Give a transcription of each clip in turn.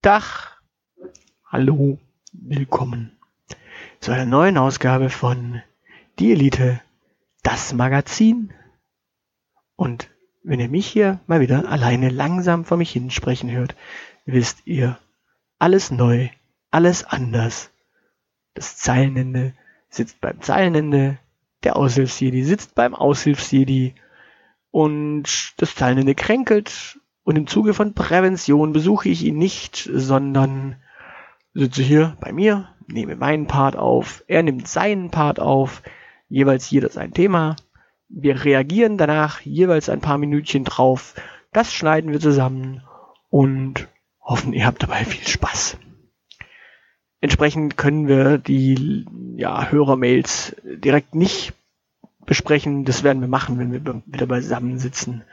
Tag, hallo, willkommen zu einer neuen Ausgabe von Die Elite, das Magazin. Und wenn ihr mich hier mal wieder alleine langsam vor mich hinsprechen hört, wisst ihr, alles neu, alles anders. Das Zeilenende sitzt beim Zeilenende, der Aushilfsjedi sitzt beim Aushilfsjedi und das Zeilenende kränkelt. Und im Zuge von Prävention besuche ich ihn nicht, sondern sitze hier bei mir, nehme meinen Part auf, er nimmt seinen Part auf, jeweils jeder sein Thema. Wir reagieren danach jeweils ein paar Minütchen drauf, das schneiden wir zusammen und hoffen, ihr habt dabei viel Spaß. Entsprechend können wir die Hörermails direkt nicht besprechen, das werden wir machen, wenn wir wieder beisammen sitzen.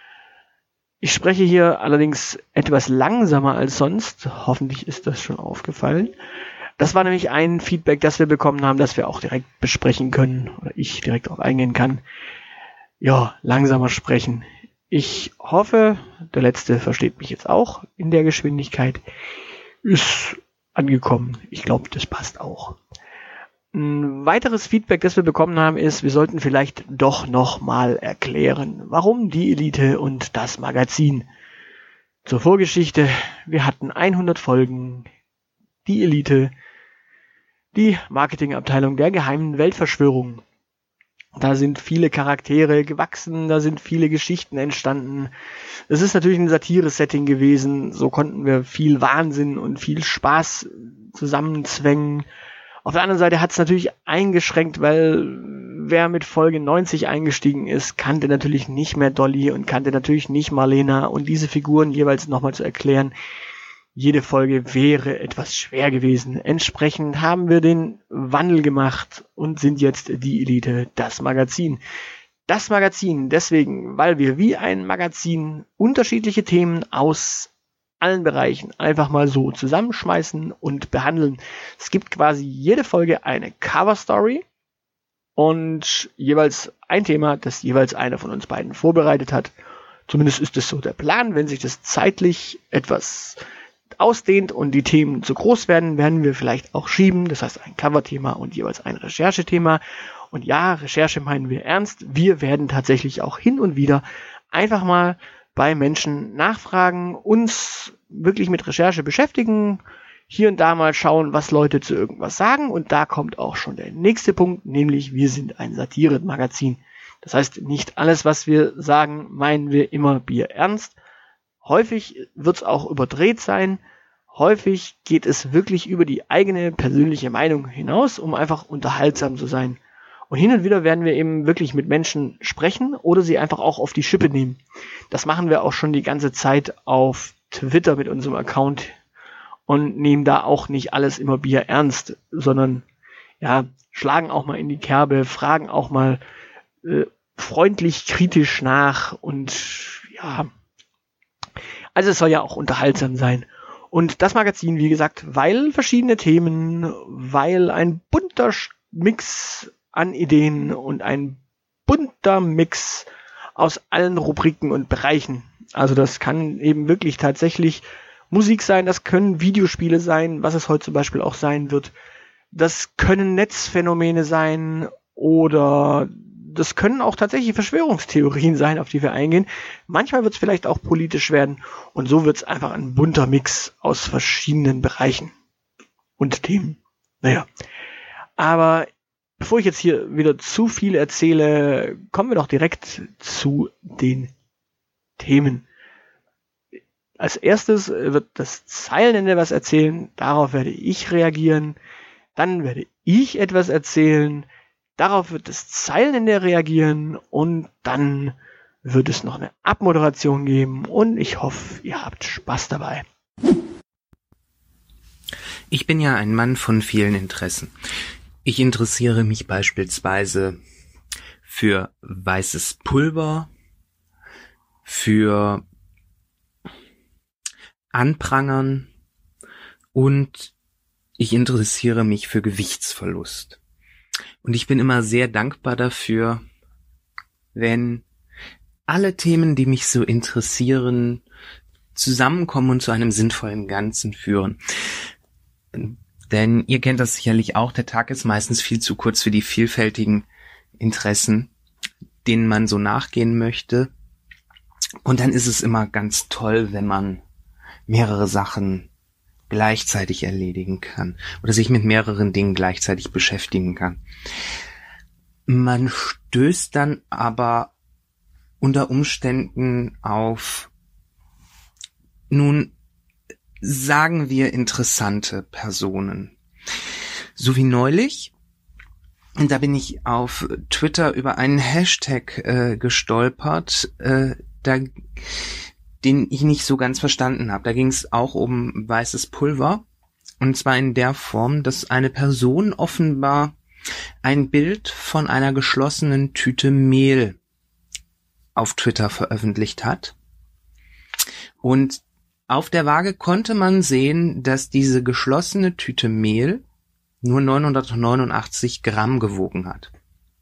Ich spreche hier allerdings etwas langsamer als sonst. Hoffentlich ist das schon aufgefallen. Das war nämlich ein Feedback, das wir bekommen haben, das wir auch direkt besprechen können oder ich direkt darauf eingehen kann. Ja, langsamer sprechen. Ich hoffe, der Letzte versteht mich jetzt auch in der Geschwindigkeit. Ist angekommen. Ich glaube, das passt auch. Ein weiteres Feedback, das wir bekommen haben, ist, wir sollten vielleicht doch nochmal erklären, warum die Elite und das Magazin. Zur Vorgeschichte, wir hatten 100 Folgen, die Elite, die Marketingabteilung der geheimen Weltverschwörung. Da sind viele Charaktere gewachsen, da sind viele Geschichten entstanden. Es ist natürlich ein Satire-Setting gewesen, so konnten wir viel Wahnsinn und viel Spaß zusammenzwängen. Auf der anderen Seite hat es natürlich eingeschränkt, weil wer mit Folge 90 eingestiegen ist, kannte natürlich nicht mehr Dolly und kannte natürlich nicht Marlena und diese Figuren jeweils nochmal zu erklären. Jede Folge wäre etwas schwer gewesen. Entsprechend haben wir den Wandel gemacht und sind jetzt die Elite, das Magazin. Das Magazin deswegen, weil wir wie ein Magazin unterschiedliche Themen aus allen Bereichen einfach mal so zusammenschmeißen und behandeln. Es gibt quasi jede Folge eine Cover-Story und jeweils ein Thema, das jeweils einer von uns beiden vorbereitet hat. Zumindest ist es so der Plan. Wenn sich das zeitlich etwas ausdehnt und die Themen zu groß werden, werden wir vielleicht auch schieben. Das heißt ein Cover-Thema und jeweils ein Recherchethema. Und ja, Recherche meinen wir ernst. Wir werden tatsächlich auch hin und wieder einfach mal bei Menschen nachfragen, uns wirklich mit Recherche beschäftigen, hier und da mal schauen, was Leute zu irgendwas sagen. Und da kommt auch schon der nächste Punkt, nämlich wir sind ein Satire-Magazin. Das heißt, nicht alles, was wir sagen, meinen wir immer bierernst. Häufig wird es auch überdreht sein. Häufig geht es wirklich über die eigene persönliche Meinung hinaus, um einfach unterhaltsam zu sein. Und hin und wieder werden wir eben wirklich mit Menschen sprechen oder sie einfach auch auf die Schippe nehmen. Das machen wir auch schon die ganze Zeit auf Twitter mit unserem Account und nehmen da auch nicht alles immer bierernst, sondern ja, schlagen auch mal in die Kerbe, fragen auch mal freundlich kritisch nach und ja, also es soll ja auch unterhaltsam sein. Und das Magazin, wie gesagt, weil verschiedene Themen, weil ein bunter Mix an Ideen und ein bunter Mix aus allen Rubriken und Bereichen. Also das kann eben wirklich tatsächlich Musik sein, das können Videospiele sein, was es heute zum Beispiel auch sein wird. Das können Netzphänomene sein oder das können auch tatsächlich Verschwörungstheorien sein, auf die wir eingehen. Manchmal wird es vielleicht auch politisch werden und so wird es einfach ein bunter Mix aus verschiedenen Bereichen und Themen. Naja, aber bevor ich jetzt hier wieder zu viel erzähle, kommen wir doch direkt zu den Themen. Als erstes wird das Zeilenende was erzählen, darauf werde ich reagieren. Dann werde ich etwas erzählen, darauf wird das Zeilenende reagieren und dann wird es noch eine Abmoderation geben und ich hoffe, ihr habt Spaß dabei. Ich bin ja ein Mann von vielen Interessen. Ich interessiere mich beispielsweise für weißes Pulver, für Anprangern und ich interessiere mich für Gewichtsverlust. Und ich bin immer sehr dankbar dafür, wenn alle Themen, die mich so interessieren, zusammenkommen und zu einem sinnvollen Ganzen führen. Denn ihr kennt das sicherlich auch, der Tag ist meistens viel zu kurz für die vielfältigen Interessen, denen man so nachgehen möchte. Und dann ist es immer ganz toll, wenn man mehrere Sachen gleichzeitig erledigen kann oder sich mit mehreren Dingen gleichzeitig beschäftigen kann. Man stößt dann aber unter Umständen auf, nun sagen wir, interessante Personen. So wie neulich, und da bin ich auf Twitter über einen Hashtag gestolpert, den ich nicht so ganz verstanden habe. Da ging es auch um weißes Pulver, und zwar in der Form, dass eine Person offenbar ein Bild von einer geschlossenen Tüte Mehl auf Twitter veröffentlicht hat. Und auf der Waage konnte man sehen, dass diese geschlossene Tüte Mehl nur 989 Gramm gewogen hat.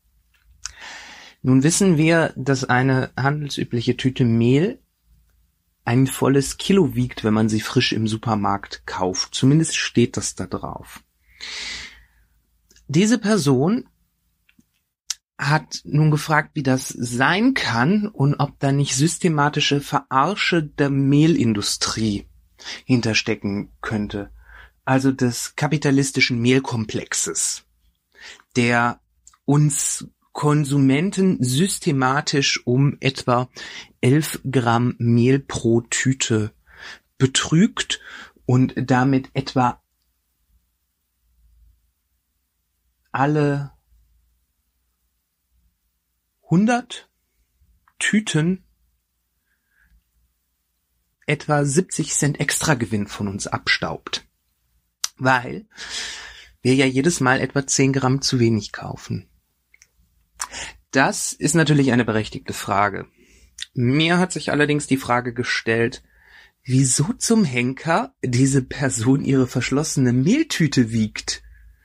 Nun wissen wir, dass eine handelsübliche Tüte Mehl ein volles Kilo wiegt, wenn man sie frisch im Supermarkt kauft. Zumindest steht das da drauf. Diese Person hat nun gefragt, wie das sein kann und ob da nicht systematische Verarsche der Mehlindustrie hinterstecken könnte. Also des kapitalistischen Mehlkomplexes, der uns Konsumenten systematisch um etwa 11 Gramm Mehl pro Tüte betrügt und damit etwa alle 100 Tüten etwa 70 Cent Extragewinn von uns abstaubt, weil wir ja jedes Mal etwa 10 Gramm zu wenig kaufen. Das ist natürlich eine berechtigte Frage. Mir hat sich allerdings die Frage gestellt, wieso zum Henker diese Person ihre verschlossene Mehltüte wiegt.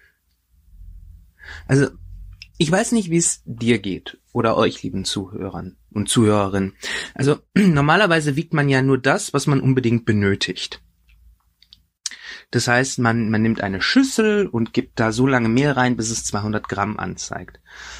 Also, ich weiß nicht, wie es dir geht oder euch, lieben Zuhörern und Zuhörerinnen. Also, normalerweise wiegt man ja nur das, was man unbedingt benötigt. Das heißt, man nimmt eine Schüssel und gibt da so lange Mehl rein, bis es 200 Gramm anzeigt.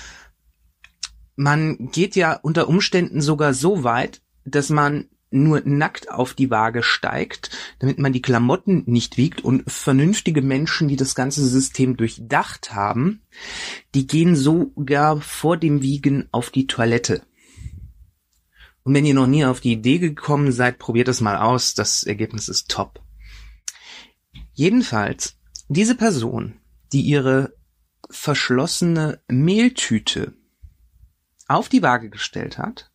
Man geht ja unter Umständen sogar so weit, dass man nur nackt auf die Waage steigt, damit man die Klamotten nicht wiegt, und vernünftige Menschen, die das ganze System durchdacht haben, die gehen sogar vor dem Wiegen auf die Toilette. Und wenn ihr noch nie auf die Idee gekommen seid, probiert es mal aus, das Ergebnis ist top. Jedenfalls, diese Person, die ihre verschlossene Mehltüte auf die Waage gestellt hat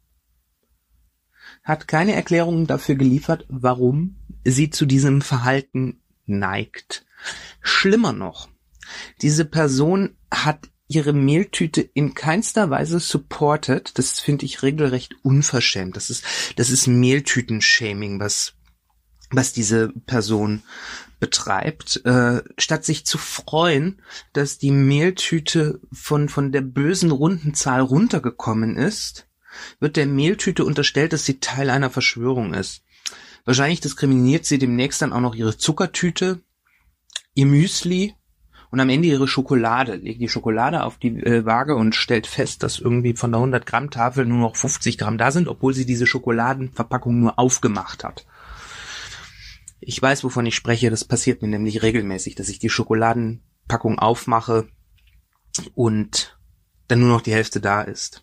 keine Erklärung dafür geliefert, warum sie zu diesem Verhalten neigt. Schlimmer noch, diese Person hat ihre Mehltüte in keinster Weise supported. Das finde ich regelrecht unverschämt. Das ist Mehltüten-Shaming, was diese Person betreibt, statt sich zu freuen, dass die Mehltüte von der bösen runden Zahl runtergekommen ist, wird der Mehltüte unterstellt, dass sie Teil einer Verschwörung ist. Wahrscheinlich diskriminiert sie demnächst dann auch noch ihre Zuckertüte, ihr Müsli und am Ende ihre Schokolade. Legt die Schokolade auf die Waage und stellt fest, dass irgendwie von der 100 Gramm Tafel nur noch 50 Gramm da sind, obwohl sie diese Schokoladenverpackung nur aufgemacht hat. Ich weiß, wovon ich spreche. Das passiert mir nämlich regelmäßig, dass ich die Schokoladenpackung aufmache und dann nur noch die Hälfte da ist.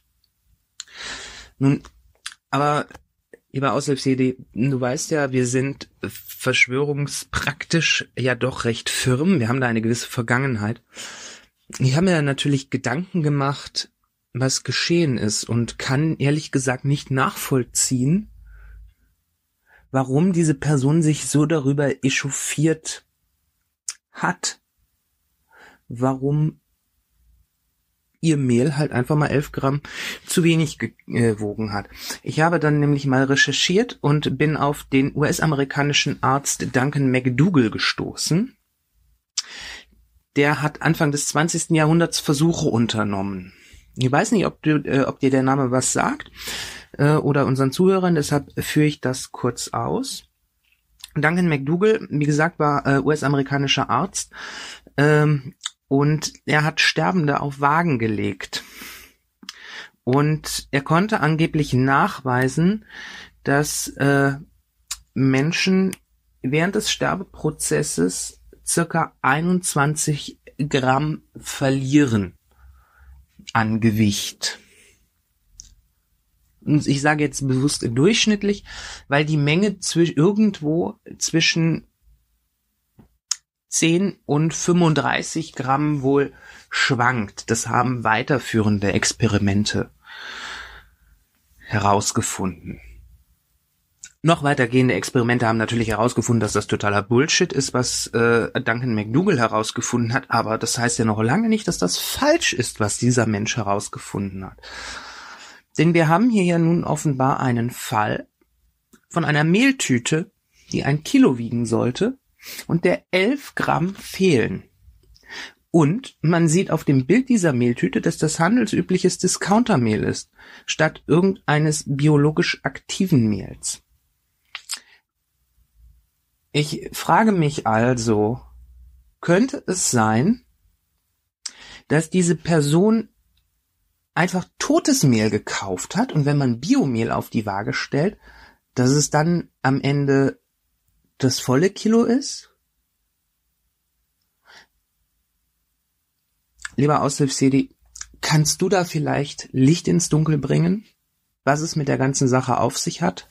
Nun, aber lieber Aushilfs-CD, du weißt ja, wir sind verschwörungspraktisch ja doch recht firm. Wir haben da eine gewisse Vergangenheit. Ich habe mir natürlich Gedanken gemacht, was geschehen ist, und kann ehrlich gesagt nicht nachvollziehen, warum diese Person sich so darüber echauffiert hat. Warum ihr Mehl halt einfach mal 11 Gramm zu wenig gewogen hat. Ich habe dann nämlich mal recherchiert und bin auf den US-amerikanischen Arzt Duncan McDougall gestoßen. Der hat Anfang des 20. Jahrhunderts Versuche unternommen. Ich weiß nicht, ob dir der Name was sagt. oder unseren Zuhörern, deshalb führe ich das kurz aus. Duncan McDougall, wie gesagt, war US-amerikanischer Arzt und er hat Sterbende auf Wagen gelegt. Und er konnte angeblich nachweisen, dass Menschen während des Sterbeprozesses circa 21 Gramm verlieren an Gewicht. Und ich sage jetzt bewusst durchschnittlich, weil die Menge irgendwo zwischen 10 und 35 Gramm wohl schwankt. Das haben weiterführende Experimente herausgefunden. Noch weitergehende Experimente haben natürlich herausgefunden, dass das totaler Bullshit ist, was Duncan McDougall herausgefunden hat, aber das heißt ja noch lange nicht, dass das falsch ist, was dieser Mensch herausgefunden hat. Denn wir haben hier ja nun offenbar einen Fall von einer Mehltüte, die 1 Kilo wiegen sollte und der 11 Gramm fehlen. Und man sieht auf dem Bild dieser Mehltüte, dass das handelsübliches Discountermehl ist, statt irgendeines biologisch aktiven Mehls. Ich frage mich also, könnte es sein, dass diese Person einfach totes Mehl gekauft hat und wenn man Biomehl auf die Waage stellt, dass es dann am Ende das volle Kilo ist? Lieber Aushilfs-Sedi, kannst du da vielleicht Licht ins Dunkel bringen, was es mit der ganzen Sache auf sich hat?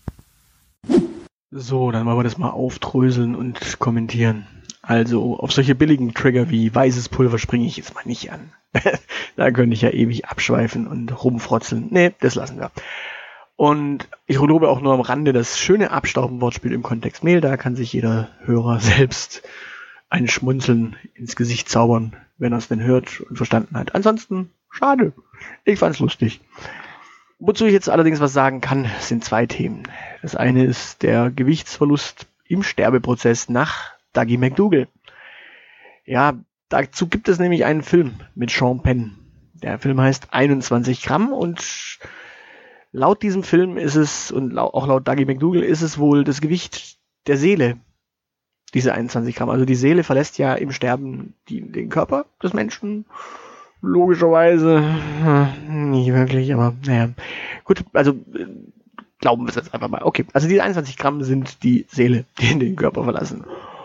So, dann wollen wir das mal aufdröseln und kommentieren. Also, auf solche billigen Trigger wie weißes Pulver springe ich jetzt mal nicht an. Da könnte ich ja ewig abschweifen und rumfrotzeln. Nee, das lassen wir. Und ich lobe auch nur am Rande das schöne Abstauben-Wortspiel im Kontext Mehl. Da kann sich jeder Hörer selbst ein Schmunzeln ins Gesicht zaubern, wenn er es denn hört und verstanden hat. Ansonsten, schade. Ich fand's lustig. Wozu ich jetzt allerdings was sagen kann, sind 2 Themen. Das eine ist der Gewichtsverlust im Sterbeprozess nach Dougie McDougall. Ja, dazu gibt es nämlich einen Film mit Sean Penn. Der Film heißt 21 Gramm und laut diesem Film ist es, und auch laut Dougie McDougall, ist es wohl das Gewicht der Seele, diese 21 Gramm. Also die Seele verlässt ja im Sterben den Körper des Menschen. Logischerweise nicht wirklich, aber naja. Gut, also glauben wir es jetzt einfach mal. Okay, also diese 21 Gramm sind die Seele, die in den Körper verlassen.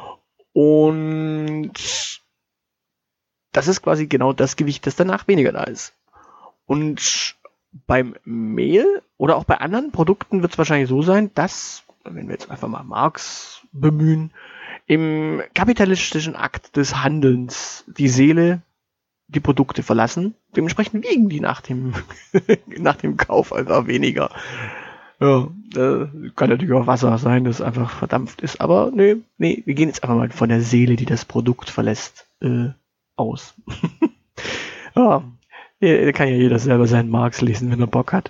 Und das ist quasi genau das Gewicht, das danach weniger da ist. Und beim Mehl oder auch bei anderen Produkten wird es wahrscheinlich so sein, dass, wenn wir jetzt einfach mal Marx bemühen, im kapitalistischen Akt des Handelns die Seele die Produkte verlassen. Dementsprechend wiegen die nach dem Kauf einfach weniger. Ja, kann natürlich auch Wasser sein, das einfach verdampft ist. Aber nee, wir gehen jetzt einfach mal von der Seele, die das Produkt verlässt, aus. Ja, kann ja jeder selber seinen Marx lesen, wenn er Bock hat.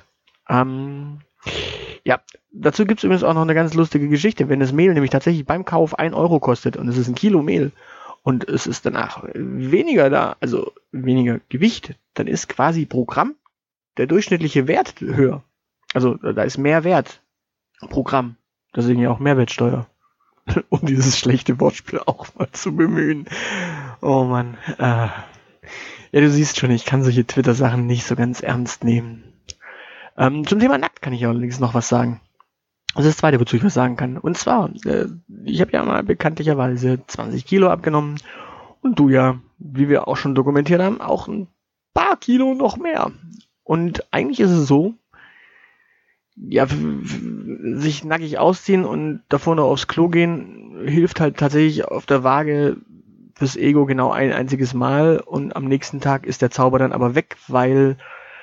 Ja, dazu gibt es übrigens auch noch eine ganz lustige Geschichte. Wenn das Mehl nämlich tatsächlich beim Kauf 1 Euro kostet und es ist 1 Kilo Mehl und es ist danach weniger da, also weniger Gewicht, dann ist quasi pro Gramm der durchschnittliche Wert höher. Also da ist mehr Wert pro Gramm. Deswegen ja auch Mehrwertsteuer. Um dieses schlechte Wortspiel auch mal zu bemühen. Oh Mann. Ja, du siehst schon, ich kann solche Twitter-Sachen nicht so ganz ernst nehmen. Zum Thema nackt kann ich allerdings noch was sagen. Das ist das Zweite, wozu ich was sagen kann. Und zwar, ich habe ja mal bekanntlicherweise 20 Kilo abgenommen und du ja, wie wir auch schon dokumentiert haben, auch ein paar Kilo noch mehr. Und eigentlich ist es so, ja, sich nackig ausziehen und davor noch aufs Klo gehen, hilft halt tatsächlich auf der Waage fürs Ego genau ein einziges Mal und am nächsten Tag ist der Zauber dann aber weg, weil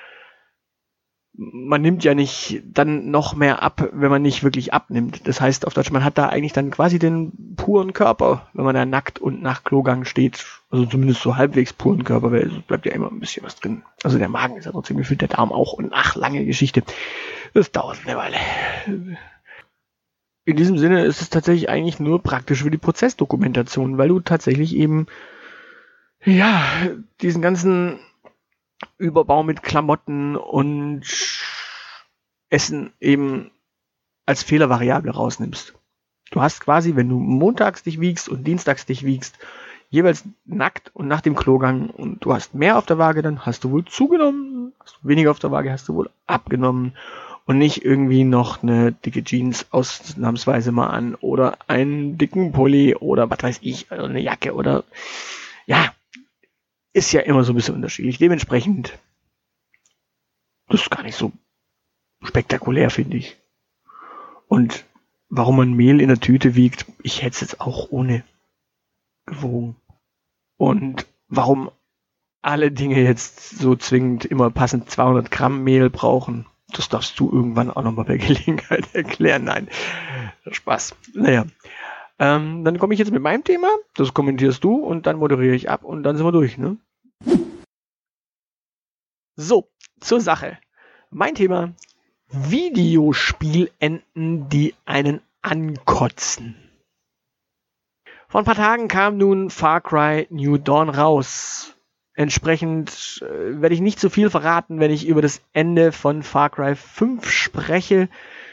man nimmt ja nicht dann noch mehr ab, wenn man nicht wirklich abnimmt. Das heißt auf Deutsch, man hat da eigentlich dann quasi den puren Körper, wenn man da nackt und nach Klogang steht. Also zumindest so halbwegs puren Körper, weil es bleibt ja immer ein bisschen was drin. Also der Magen ist ja trotzdem gefüllt, der Darm auch und ach, lange Geschichte. Das dauert eine Weile. In diesem Sinne ist es tatsächlich eigentlich nur praktisch für die Prozessdokumentation, weil du tatsächlich eben, ja, diesen ganzen Überbau mit Klamotten und Essen eben als Fehlervariable rausnimmst. Du hast quasi, wenn du montags dich wiegst und dienstags dich wiegst, jeweils nackt und nach dem Klogang und du hast mehr auf der Waage, dann hast du wohl zugenommen, hast du weniger auf der Waage, hast du wohl abgenommen und nicht irgendwie noch eine dicke Jeans ausnahmsweise mal an oder einen dicken Pulli oder was weiß ich, eine Jacke oder ja, ist ja immer so ein bisschen unterschiedlich. Dementsprechend, das ist gar nicht so spektakulär, finde ich. Und warum man Mehl in der Tüte wiegt, ich hätte es jetzt auch ohne gewogen. Und warum alle Dinge jetzt so zwingend immer passend 200 Gramm Mehl brauchen, das darfst du irgendwann auch nochmal bei Gelegenheit erklären. Nein, Spaß. Naja, dann komme ich jetzt mit meinem Thema, das kommentierst du und dann moderiere ich ab und dann sind wir durch, ne? So, zur Sache. Mein Thema: Videospielenden, die einen ankotzen. Vor ein paar Tagen kam nun Far Cry New Dawn raus. Entsprechend werde ich nicht so viel verraten, wenn ich über das Ende von Far Cry 5 spreche.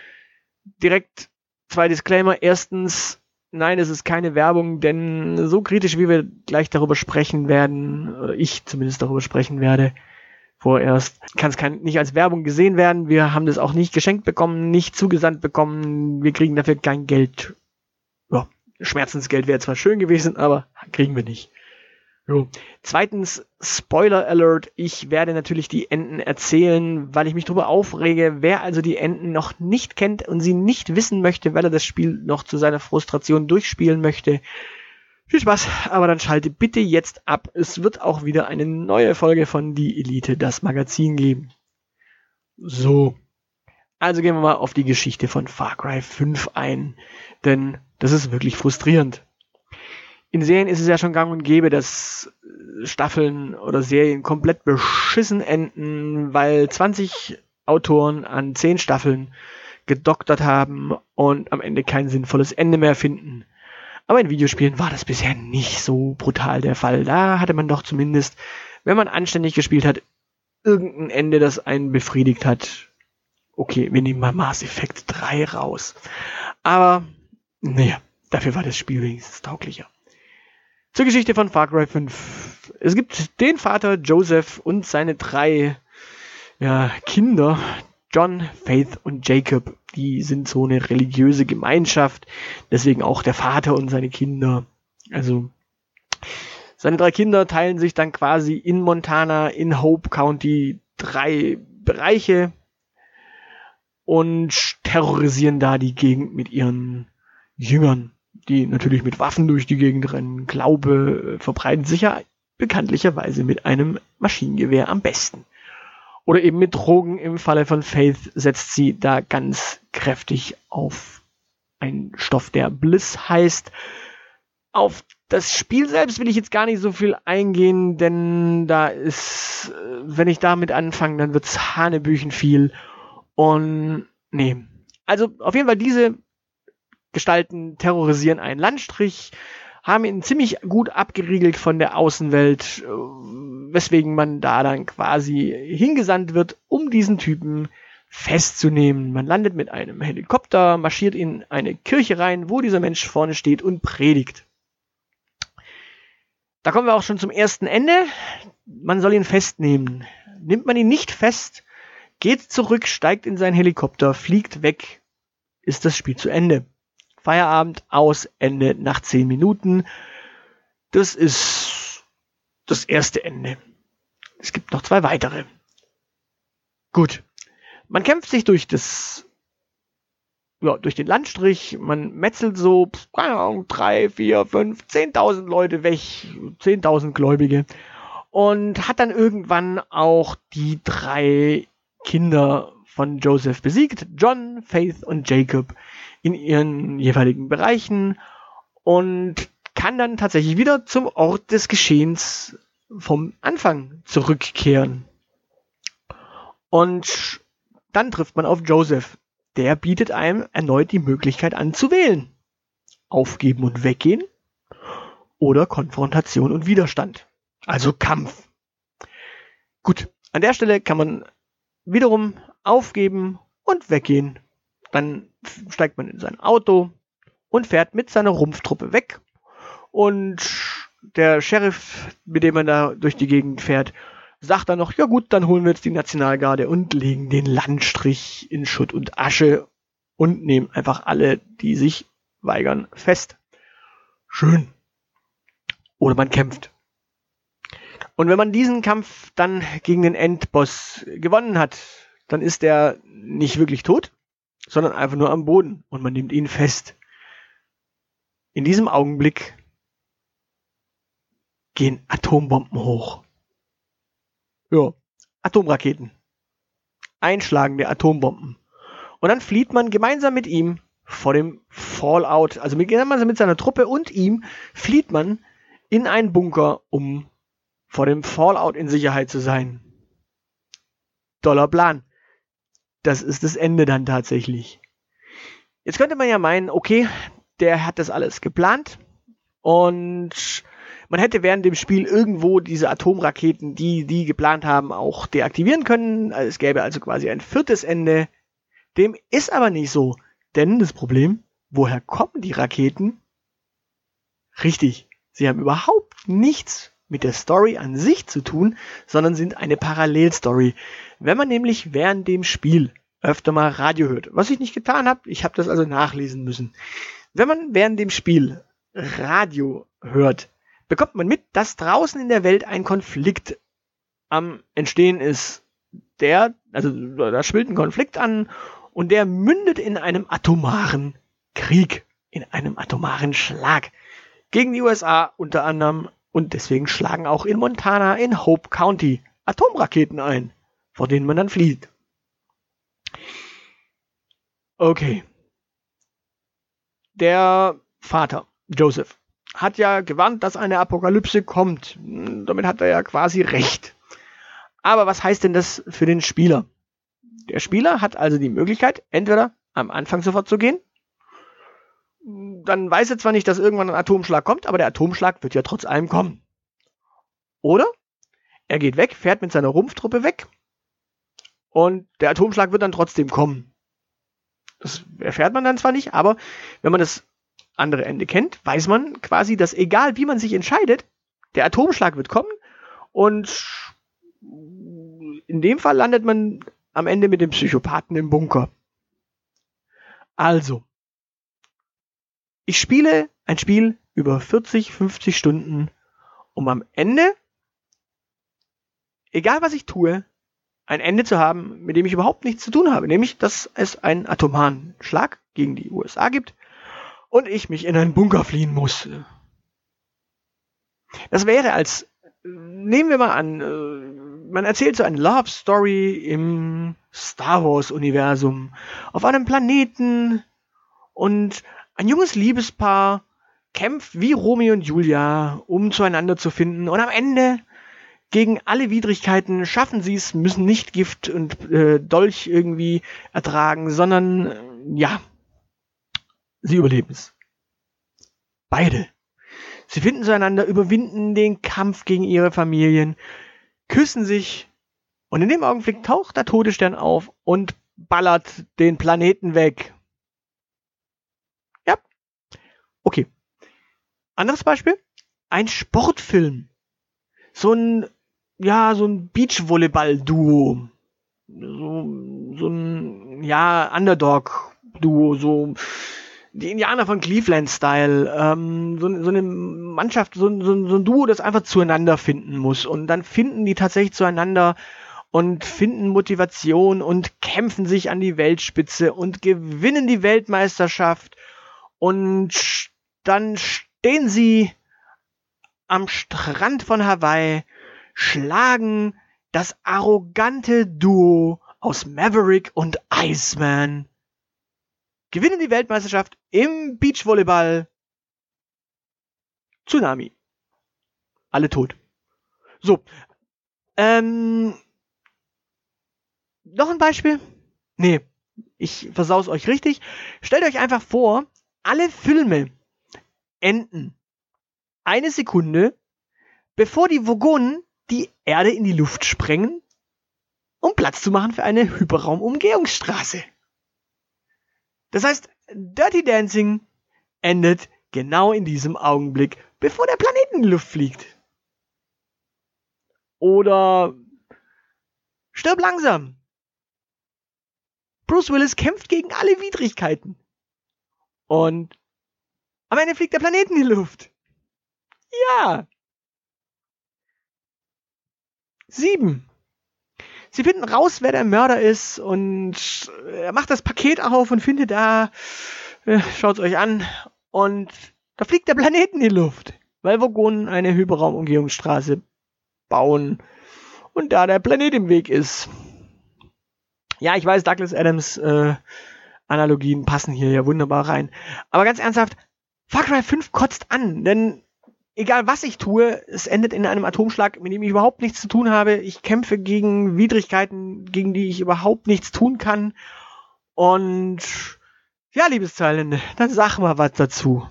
Direkt 2 Disclaimer. Erstens, nein, es ist keine Werbung, denn so kritisch, wie wir gleich darüber sprechen werden, oder ich zumindest darüber sprechen werde, vorerst, kann es nicht als Werbung gesehen werden. Wir haben das auch nicht geschenkt bekommen, nicht zugesandt bekommen. Wir kriegen dafür kein Geld. Ja, Schmerzensgeld wäre zwar schön gewesen, aber kriegen wir nicht. Jo. Zweitens, Spoiler Alert, ich werde natürlich die Enden erzählen, weil ich mich darüber aufrege. Wer also die Enden noch nicht kennt und sie nicht wissen möchte, weil er das Spiel noch zu seiner Frustration durchspielen möchte, viel Spaß, aber dann schalte bitte jetzt ab. Es wird auch wieder eine neue Folge von Die Elite, das Magazin geben. So, also gehen wir mal auf die Geschichte von Far Cry 5 ein, denn das ist wirklich frustrierend. In Serien ist es ja schon gang und gäbe, dass Staffeln oder Serien komplett beschissen enden, weil 20 Autoren an 10 Staffeln gedoktert haben und am Ende kein sinnvolles Ende mehr finden. Aber in Videospielen war das bisher nicht so brutal der Fall. Da hatte man doch zumindest, wenn man anständig gespielt hat, irgendein Ende, das einen befriedigt hat. Okay, wir nehmen mal Mass Effect 3 raus. Aber, naja, dafür war das Spiel wenigstens tauglicher. Zur Geschichte von Far Cry 5. Es gibt den Vater Joseph und seine 3 Kinder, John, Faith und Jacob. Die sind so eine religiöse Gemeinschaft, deswegen auch der Vater und seine Kinder. Also seine 3 Kinder teilen sich dann quasi in Montana, in Hope County 3 Bereiche und terrorisieren da die Gegend mit ihren Jüngern, die natürlich mit Waffen durch die Gegend rennen. Glaube verbreiten sich ja bekanntlicherweise mit einem Maschinengewehr am besten. Oder eben mit Drogen. Im Falle von Faith setzt sie da ganz kräftig auf einen Stoff, der Bliss heißt. Auf das Spiel selbst will ich jetzt gar nicht so viel eingehen, denn da ist, wenn ich damit anfange, dann wird's Hanebüchen viel. Und nee. Also auf jeden Fall, diese Gestalten terrorisieren einen Landstrich, haben ihn ziemlich gut abgeriegelt von der Außenwelt, weswegen man da dann quasi hingesandt wird, um diesen Typen festzunehmen. Man landet mit einem Helikopter, marschiert in eine Kirche rein, wo dieser Mensch vorne steht und predigt. Da kommen wir auch schon zum ersten Ende. Man soll ihn festnehmen. Nimmt man ihn nicht fest, geht zurück, steigt in seinen Helikopter, fliegt weg, ist das Spiel zu Ende. Feierabend, aus, Ende nach 10 Minuten. Das ist das erste Ende. Es gibt noch 2 weitere. Gut. Man kämpft sich durch den Landstrich, man metzelt so, keine Ahnung, 3, 4, 5, 10.000 Leute weg, 10.000 Gläubige und hat dann irgendwann auch die 3 Kinder von Joseph besiegt, John, Faith und Jacob, in ihren jeweiligen Bereichen und kann dann tatsächlich wieder zum Ort des Geschehens vom Anfang zurückkehren. Und dann trifft man auf Joseph. Der bietet einem erneut die Möglichkeit an zu wählen. Aufgeben und weggehen oder Konfrontation und Widerstand. Also Kampf. Gut, an der Stelle kann man wiederum aufgeben und weggehen. Dann steigt man in sein Auto und fährt mit seiner Rumpftruppe weg. Und der Sheriff, mit dem man da durch die Gegend fährt, sagt dann noch, ja gut, dann holen wir jetzt die Nationalgarde und legen den Landstrich in Schutt und Asche und nehmen einfach alle, die sich weigern, fest. Schön. Oder man kämpft. Und wenn man diesen Kampf dann gegen den Endboss gewonnen hat, dann ist er nicht wirklich tot, sondern einfach nur am Boden und man nimmt ihn fest. In diesem Augenblick gehen Atombomben hoch. Ja, Atomraketen. Einschlagende Atombomben. Und dann flieht man gemeinsam mit ihm vor dem Fallout, also gemeinsam mit seiner Truppe und ihm, flieht man in einen Bunker, um vor dem Fallout in Sicherheit zu sein. Toller Plan. Das ist das Ende dann tatsächlich. Jetzt könnte man ja meinen, okay, der hat das alles geplant und man hätte während dem Spiel irgendwo diese Atomraketen, die geplant haben, auch deaktivieren können. Es gäbe also quasi ein viertes Ende. Dem ist aber nicht so. Denn das Problem, woher kommen die Raketen? Richtig, sie haben überhaupt nichts mit der Story an sich zu tun, sondern sind eine Parallelstory. Wenn man nämlich während dem Spiel öfter mal Radio hört, was ich nicht getan habe, ich habe das also nachlesen müssen. Wenn man während dem Spiel Radio hört, bekommt man mit, dass draußen in der Welt ein Konflikt am Entstehen ist. Da schwillt ein Konflikt an und der mündet in einem atomaren Krieg, in einem atomaren Schlag gegen die USA unter anderem, und deswegen schlagen auch in Montana, in Hope County, Atomraketen ein, vor denen man dann flieht. Okay. Der Vater, Joseph, hat ja gewarnt, dass eine Apokalypse kommt. Damit hat er ja quasi recht. Aber was heißt denn das für den Spieler? Der Spieler hat also die Möglichkeit, entweder am Anfang sofort zu gehen, dann weiß er zwar nicht, dass irgendwann ein Atomschlag kommt, aber der Atomschlag wird ja trotz allem kommen. Oder er geht weg, fährt mit seiner Rumpftruppe weg und der Atomschlag wird dann trotzdem kommen. Das erfährt man dann zwar nicht, aber wenn man das andere Ende kennt, weiß man quasi, dass egal wie man sich entscheidet, der Atomschlag wird kommen und in dem Fall landet man am Ende mit dem Psychopathen im Bunker. Also, ich spiele ein Spiel über 40, 50 Stunden, um am Ende, egal was ich tue, ein Ende zu haben, mit dem ich überhaupt nichts zu tun habe. Nämlich, dass es einen atomaren Schlag gegen die USA gibt und ich mich in einen Bunker fliehen muss. Das wäre nehmen wir mal an, man erzählt so eine Love Story im Star Wars Universum auf einem Planeten und ein junges Liebespaar kämpft wie Romeo und Julia, um zueinander zu finden. Und am Ende, gegen alle Widrigkeiten, schaffen sie es, müssen nicht Gift und Dolch irgendwie ertragen, sondern, sie überleben es. Beide. Sie finden zueinander, überwinden den Kampf gegen ihre Familien, küssen sich und in dem Augenblick taucht der Todesstern auf und ballert den Planeten weg. Okay. Anderes Beispiel. Ein Sportfilm. So ein Beachvolleyball-Duo. So ein, Underdog-Duo. So die Indianer von Cleveland-Style. So eine Mannschaft, so ein Duo, das einfach zueinander finden muss. Und dann finden die tatsächlich zueinander und finden Motivation und kämpfen sich an die Weltspitze und gewinnen die Weltmeisterschaft. Und dann stehen sie am Strand von Hawaii, schlagen das arrogante Duo aus Maverick und Iceman, gewinnen die Weltmeisterschaft im Beachvolleyball. Tsunami. Alle tot. So. Noch ein Beispiel? Nee, ich versau's euch richtig. Stellt euch einfach vor, alle Filme enden 1 Sekunde, bevor die Vogonen die Erde in die Luft sprengen, um Platz zu machen für eine Hyperraumumgehungsstraße. Das heißt, Dirty Dancing endet genau in diesem Augenblick, bevor der Planet in die Luft fliegt. Oder Stirb langsam. Bruce Willis kämpft gegen alle Widrigkeiten. Und am Ende fliegt der Planet in die Luft. Ja. 7. Sie finden raus, wer der Mörder ist, und er macht das Paket auf und findet da, schaut's euch an, und da fliegt der Planet in die Luft, weil Vogonen eine Hyperraumumgehungsstraße bauen und da der Planet im Weg ist. Ja, ich weiß, Douglas Adams Analogien passen hier ja wunderbar rein. Aber ganz ernsthaft, Far Cry 5 kotzt an, denn egal was ich tue, es endet in einem Atomschlag, mit dem ich überhaupt nichts zu tun habe. Ich kämpfe gegen Widrigkeiten, gegen die ich überhaupt nichts tun kann. Und ja, liebes Zahlende, dann sag mal was dazu.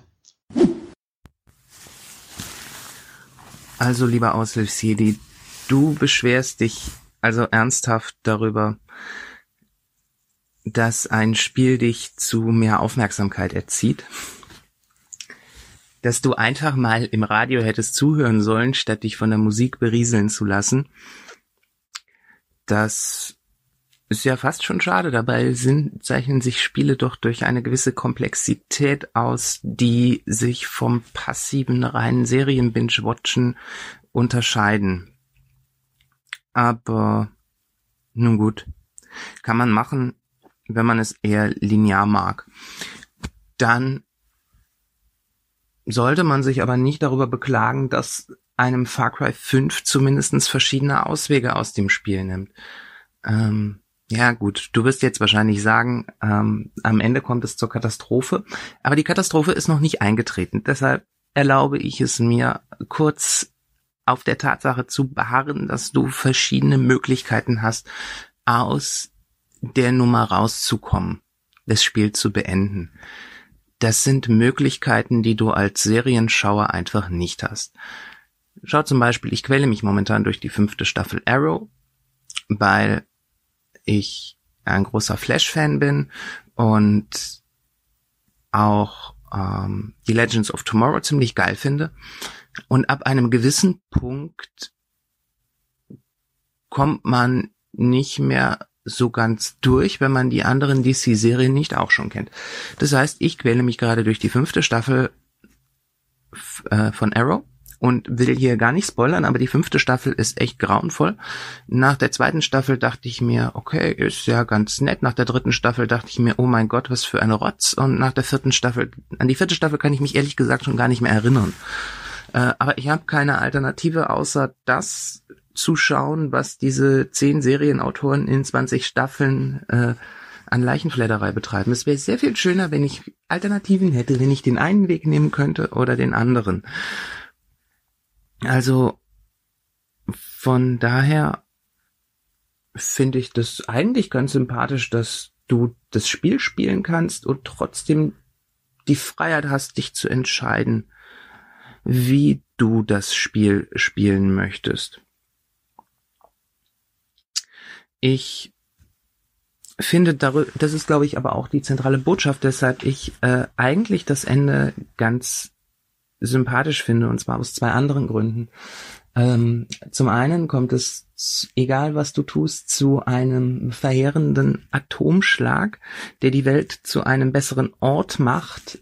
Also, lieber Aushilfsjedi, du beschwerst dich also ernsthaft darüber, dass ein Spiel dich zu mehr Aufmerksamkeit erzieht? Dass du einfach mal im Radio hättest zuhören sollen, statt dich von der Musik berieseln zu lassen. Das ist ja fast schon schade. Dabei zeichnen sich Spiele doch durch eine gewisse Komplexität aus, die sich vom passiven reinen Serien-Binge-Watchen unterscheiden. Aber nun gut, kann man machen, wenn man es eher linear mag. Dann sollte man sich aber nicht darüber beklagen, dass einem Far Cry 5 zumindest verschiedene Auswege aus dem Spiel nimmt. Ja gut, du wirst jetzt wahrscheinlich sagen, am Ende kommt es zur Katastrophe, aber die Katastrophe ist noch nicht eingetreten. Deshalb erlaube ich es mir, kurz auf der Tatsache zu beharren, dass du verschiedene Möglichkeiten hast, aus der Nummer rauszukommen, das Spiel zu beenden. Das sind Möglichkeiten, die du als Serienschauer einfach nicht hast. Schau zum Beispiel, ich quäle mich momentan durch die 5. Staffel Arrow, weil ich ein großer Flash-Fan bin und auch die Legends of Tomorrow ziemlich geil finde. Und ab einem gewissen Punkt kommt man nicht mehr so ganz durch, wenn man die anderen DC-Serien nicht auch schon kennt. Das heißt, ich quäle mich gerade durch die 5. Staffel von Arrow und will hier gar nicht spoilern, aber die 5. Staffel ist echt grauenvoll. Nach der 2. Staffel dachte ich mir, okay, ist ja ganz nett. Nach der 3. Staffel dachte ich mir, oh mein Gott, was für ein Rotz. Und nach der 4. Staffel, an die 4. Staffel kann ich mich ehrlich gesagt schon gar nicht mehr erinnern. Aber ich habe keine Alternative, außer das zu schauen, was diese 10 Serienautoren in 20 Staffeln an Leichenfledderei betreiben. Es wäre sehr viel schöner, wenn ich Alternativen hätte, wenn ich den einen Weg nehmen könnte oder den anderen. Also von daher finde ich das eigentlich ganz sympathisch, dass du das Spiel spielen kannst und trotzdem die Freiheit hast, dich zu entscheiden, wie du das Spiel spielen möchtest. Ich finde, das ist, glaube ich, aber auch die zentrale Botschaft, weshalb ich eigentlich das Ende ganz sympathisch finde, und zwar aus 2 anderen Gründen. Zum einen kommt es, egal was du tust, zu einem verheerenden Atomschlag, der die Welt zu einem besseren Ort macht.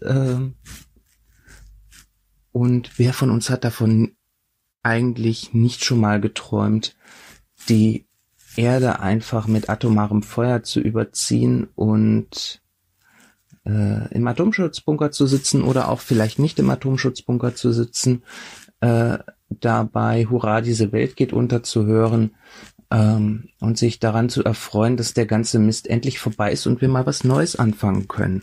Und wer von uns hat davon eigentlich nicht schon mal geträumt, die Erde einfach mit atomarem Feuer zu überziehen und im Atomschutzbunker zu sitzen oder auch vielleicht nicht im Atomschutzbunker zu sitzen, dabei Hurra, diese Welt geht unter zu hören und sich daran zu erfreuen, dass der ganze Mist endlich vorbei ist und wir mal was Neues anfangen können.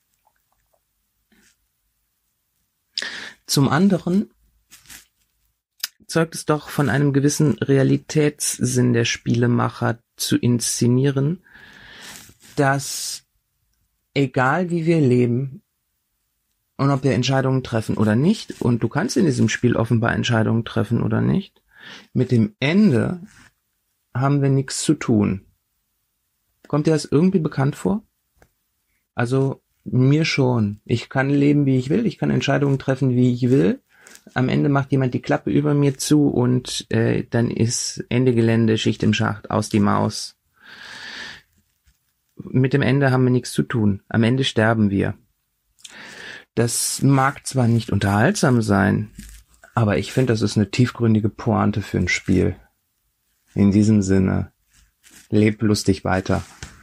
Zum anderen zeugt es doch von einem gewissen Realitätssinn der Spielemacher zu inszenieren, dass egal wie wir leben und ob wir Entscheidungen treffen oder nicht, und du kannst in diesem Spiel offenbar Entscheidungen treffen oder nicht, mit dem Ende haben wir nichts zu tun. Kommt dir das irgendwie bekannt vor? Also Mir schon. Ich kann leben, wie ich will. Ich kann Entscheidungen treffen, wie ich will. Am Ende macht jemand die Klappe über mir zu und dann ist Ende Gelände, Schicht im Schacht, aus die Maus. Mit dem Ende haben wir nichts zu tun. Am Ende sterben wir. Das mag zwar nicht unterhaltsam sein, aber ich finde, das ist eine tiefgründige Pointe für ein Spiel. In diesem Sinne, leb lustig weiter.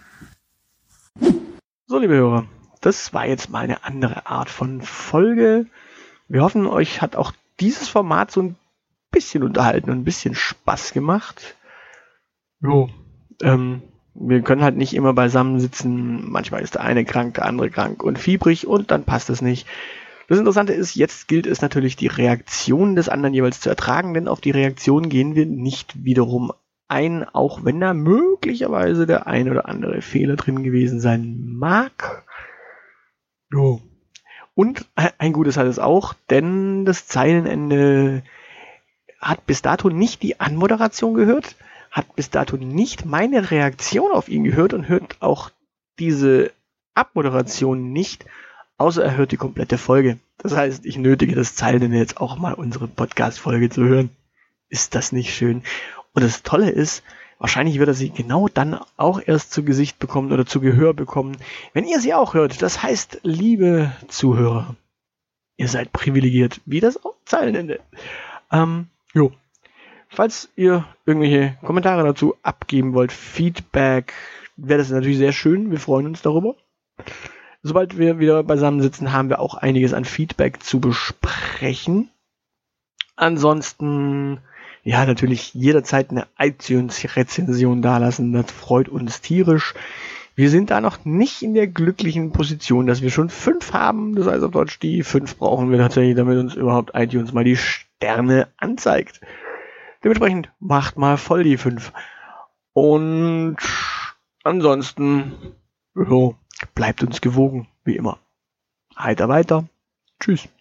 So, liebe Hörer, das war jetzt mal eine andere Art von Folge. Wir hoffen, euch hat auch dieses Format so ein bisschen unterhalten und ein bisschen Spaß gemacht. Jo, wir können halt nicht immer beisammen sitzen. Manchmal ist der eine krank, der andere krank und fiebrig und dann passt es nicht. Das Interessante ist, jetzt gilt es natürlich, die Reaktion des anderen jeweils zu ertragen, denn auf die Reaktion gehen wir nicht wiederum ein, auch wenn da möglicherweise der ein oder andere Fehler drin gewesen sein mag. Jo. Und ein Gutes hat es auch, denn das Zeilenende hat bis dato nicht die Anmoderation gehört, hat bis dato nicht meine Reaktion auf ihn gehört und hört auch diese Abmoderation nicht, außer er hört die komplette Folge. Das heißt, ich nötige das Zeilenende jetzt auch mal unsere Podcast-Folge zu hören. Ist das nicht schön? Und das Tolle ist, wahrscheinlich wird er sie genau dann auch erst zu Gesicht bekommen oder zu Gehör bekommen, wenn ihr sie auch hört. Das heißt, liebe Zuhörer, ihr seid privilegiert, wie das Zeilenende. Jo. Falls ihr irgendwelche Kommentare dazu abgeben wollt, Feedback, wäre das natürlich sehr schön. Wir freuen uns darüber. Sobald wir wieder beisammen sitzen, haben wir auch einiges an Feedback zu besprechen. Ansonsten, ja, natürlich jederzeit eine iTunes-Rezension dalassen. Das freut uns tierisch. Wir sind da noch nicht in der glücklichen Position, dass wir schon 5 haben. Das heißt auf Deutsch, die 5 brauchen wir tatsächlich, damit uns überhaupt iTunes mal die Sterne anzeigt. Dementsprechend macht mal voll die 5. Und ansonsten, jo, bleibt uns gewogen, wie immer. Heiter weiter. Tschüss.